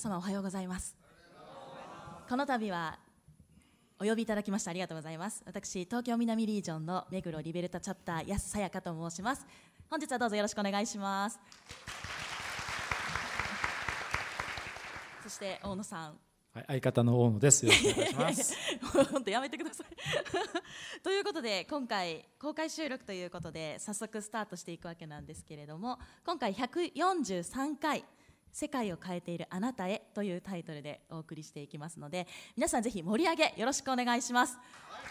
様おはようございます。この度はお呼びいただきましてありがとうございます。私、東京南リージョンの目黒リベルタチャプター安さやかと申します。本日はどうぞよろしくお願いします。そして大野さん、 はい、相方の大野です。よろしくお願いします。 本当やめてくださいということで、今回公開収録ということで早速スタートしていくわけなんですけれども、今回143回世界を変えているあなたへというタイトルでお送りしていきますので、皆さんぜひ盛り上げよろしくお願いします。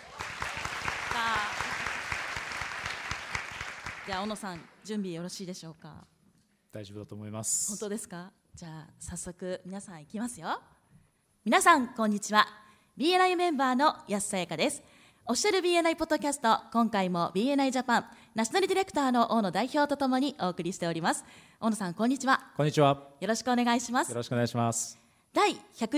じゃあ小野さん、準備よろしいでしょうか。 大丈夫だと思います。 本当ですか。じゃあ早速皆さんいきますよ。皆さんこんにちは。 BNI メンバーの安さやかです。オフィシャル BNI ポッドキャスト、今回も BNI ジャパンナショナルディレクターの大野代表とともにお送りしております。大野さんこんにちは。 こんにちは。 よろしくお願いします。 よろしくお願いします。 第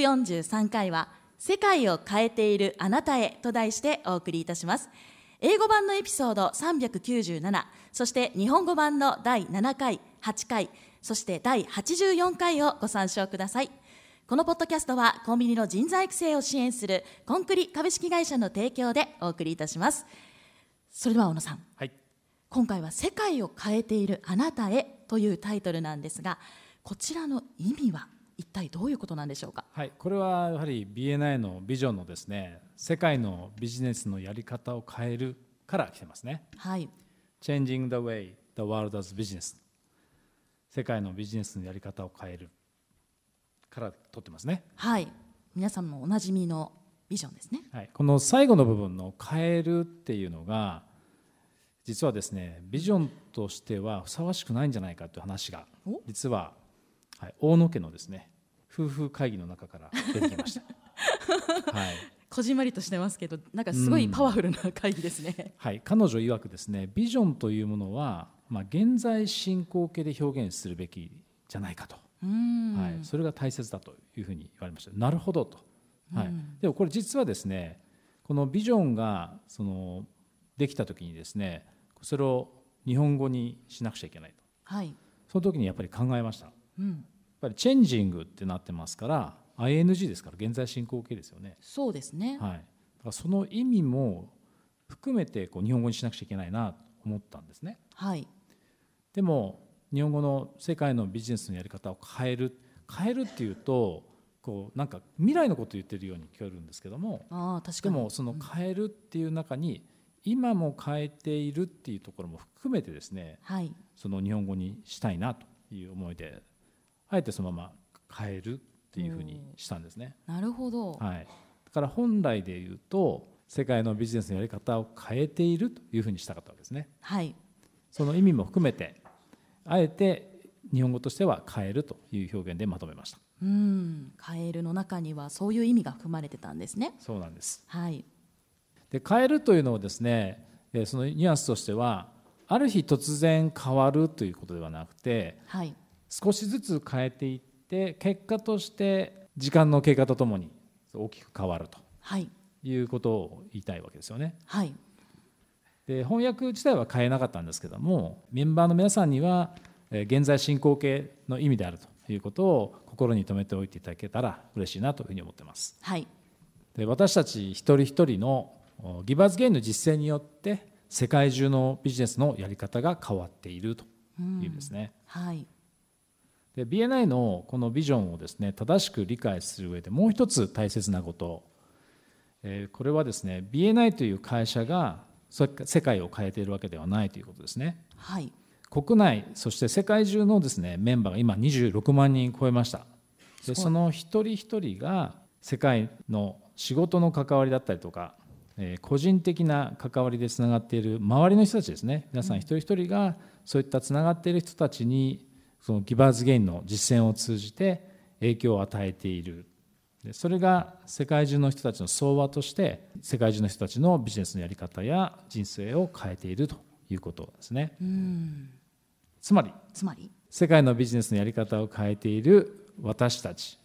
143回は世界を変えているあなたへと題してお送りいたします。英語版のエピソード397、そして日本語版の第7回、8回、そして第84回をご参照ください。このポッドキャストはコンビニの人材育成を支援するコンクリ株式会社の提供でお送りいたします。それでは小野さん、 はい、 今回は世界を変えているあなたへというタイトルなんですが、こちらの意味は一体どういうことなんでしょうか。 はい、これはやはり BNI のビジョンのですね、世界のビジネスのやり方を変えるから来てますね。 はい、 Changing the way the world does business、 世界のビジネスのやり方を変えるから取ってますね。 はい、皆さんもおなじみのビジョンですね。 はい、この最後の部分の変えるっていうのが実はですね、ビジョンとしてはふさわしくないんじゃないかという話が実は、はい、大野家のですね夫婦会議の中から出てきましたはい、 こじんまりとしてますけど、なんかすごいパワフルな会議ですね。 はい、彼女曰くですね、ビジョンというものは、現在進行形で表現するべきじゃないかと、はい、それが大切だというふうに言われました。なるほどと、はい、でもこれ実はですね、このビジョンができた時にですね、それを日本語にしなくちゃいけないと、はい、その時にやっぱり考えました、やっぱりチェンジングってなってますから ING ですから現在進行形ですよね。 そうですね、 はい、だからその意味も含めて日本語にしなくちゃいけないなと思ったんですね。はい、でも日本語の世界のビジネスのやり方を変えるっていうとなんか未来のことを言ってるように聞こえるんですけども、確かにでもその変えるっていう中に今も変えているっていうところも含めてですね、はい、その日本語にしたいなという思いであえてそのまま変えるっていうふうにしたんですね。 なるほど、 はい、だから本来で言うと世界のビジネスのやり方を変えているというふうにしたかったわけですね。はい、その意味も含めてあえて日本語としては変えるという表現でまとめました。 変えるの中にはそういう意味が含まれてたんですね。 そうなんです。 はい、 で変えるというのをですね、そのニュアンスとしてはある日突然変わるということではなくて、はい、少しずつ変えていって結果として時間の経過とともに大きく変わると、はい、いうことを言いたいわけですよね。はい、で翻訳自体は変えなかったんですけども、メンバーの皆さんには現在進行形の意味であるということを心に留めておいていただけたら嬉しいなというふうに思っています。はい、で私たち一人一人のギバーズゲインの実践によって世界中のビジネスのやり方が変わっているという意味ですね。はい、で BNI のこのビジョンをですね正しく理解する上でもう一つ大切なこと、これはですね BNI という会社が世界を変えているわけではないということですね。はい、国内そして世界中のですねメンバーが今26万人超えました。でその一人一人が世界の仕事の関わりだったりとか個人的な関わりでつながっている周りの人たちですね、皆さん一人一人がそういったつながっている人たちにそのギバーズゲインの実践を通じて影響を与えている。それが世界中の人たちの総和として世界中の人たちのビジネスのやり方や人生を変えているということですね。つまり世界のビジネスのやり方を変えている私たち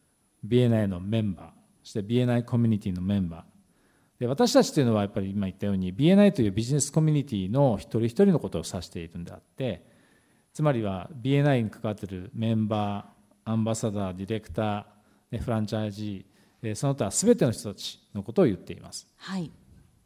BNI のメンバー、そして BNI コミュニティのメンバーで、私たちというのはやっぱり今言ったように BNI というビジネスコミュニティの一人一人のことを指しているのであって、つまりは BNI に関わっているメンバアンバサダー、ディレクター、フランチャイジー、その他すべての人たちのことを言っています。 はい、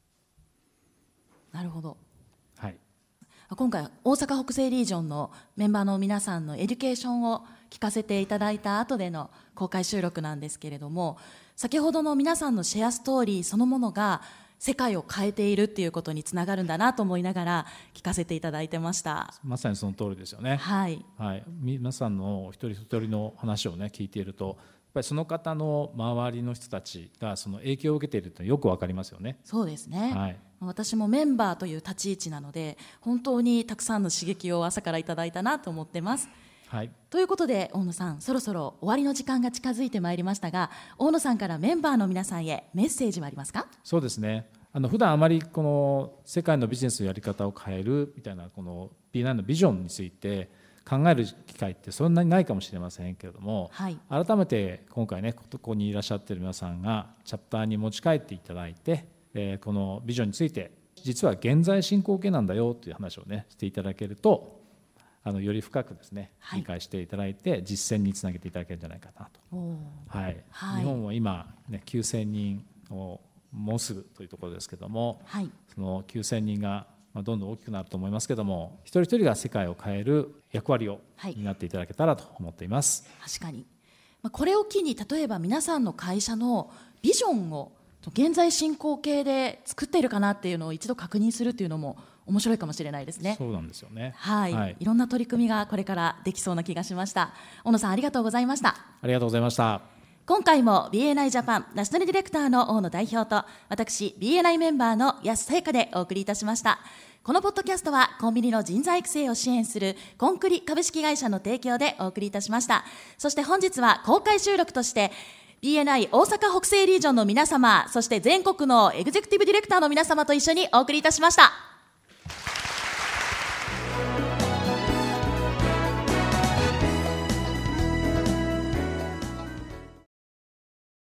なるほど。 はい、 今回大阪北西リージョンのメンバーの皆さんのエデュケーションを聞かせていただいた後での公開収録なんですけれども、先ほどの皆さんのシェアストーリーそのものが世界を変えているっていうことにつながるんだなと思いながら聞かせていただいてました。 まさにその通りですよね。 はい、 はい、皆さんの一人一人の話をね聞いていると、やっぱりその方の周りの人たちがその影響を受けているとよくわかりますよね。 そうですね、 はい、 私もメンバーという立ち位置なので本当にたくさんの刺激を朝からいただいたなと思ってます。 はい、 ということで大野さん、そろそろ終わりの時間が近づいてまいりましたが、大野さんからメンバーの皆さんへメッセージはありますか？ そうですね、普段あまりこの世界のビジネスのやり方を変えるみたいなこの B9 のビジョンについて考える機会ってそんなにないかもしれませんけれども、 はい、 改めて今回ねここにいらっしゃっている皆さんがチャプターに持ち帰っていただいて、このビジョンについて実は現在進行形なんだよという話をねしていただけるとより深くですね、理解していただいて実践につなげていただけるんじゃないかなと。はいはい、日本は今、ね、9000人をもうすぐというところですけども、 はい、 その9000人がどんどん大きくなると思いますけども、一人一人が世界を変える役割を担っていただけたらと思っています。 確かに、これを機に例えば皆さんの会社のビジョンを現在進行形で作っているかなっていうのを一度確認するっていうのも面白いかもしれないですね。 そうなんですよね。 はい、はい、いろんな取り組みがこれからできそうな気がしました。小野さん、ありがとうございました。 ありがとうございました。 今回も BNI ジャパンナショナルディレクターの大野代表と私 BNI メンバーの安さやかでお送りいたしました。このポッドキャストはコンビニの人材育成を支援するコンクリ株式会社の提供でお送りいたしました。そして本日は公開収録としてBNI 大阪北西リージョンの皆様、そして全国のエグゼクティブディレクターの皆様と一緒にお送りいたしました。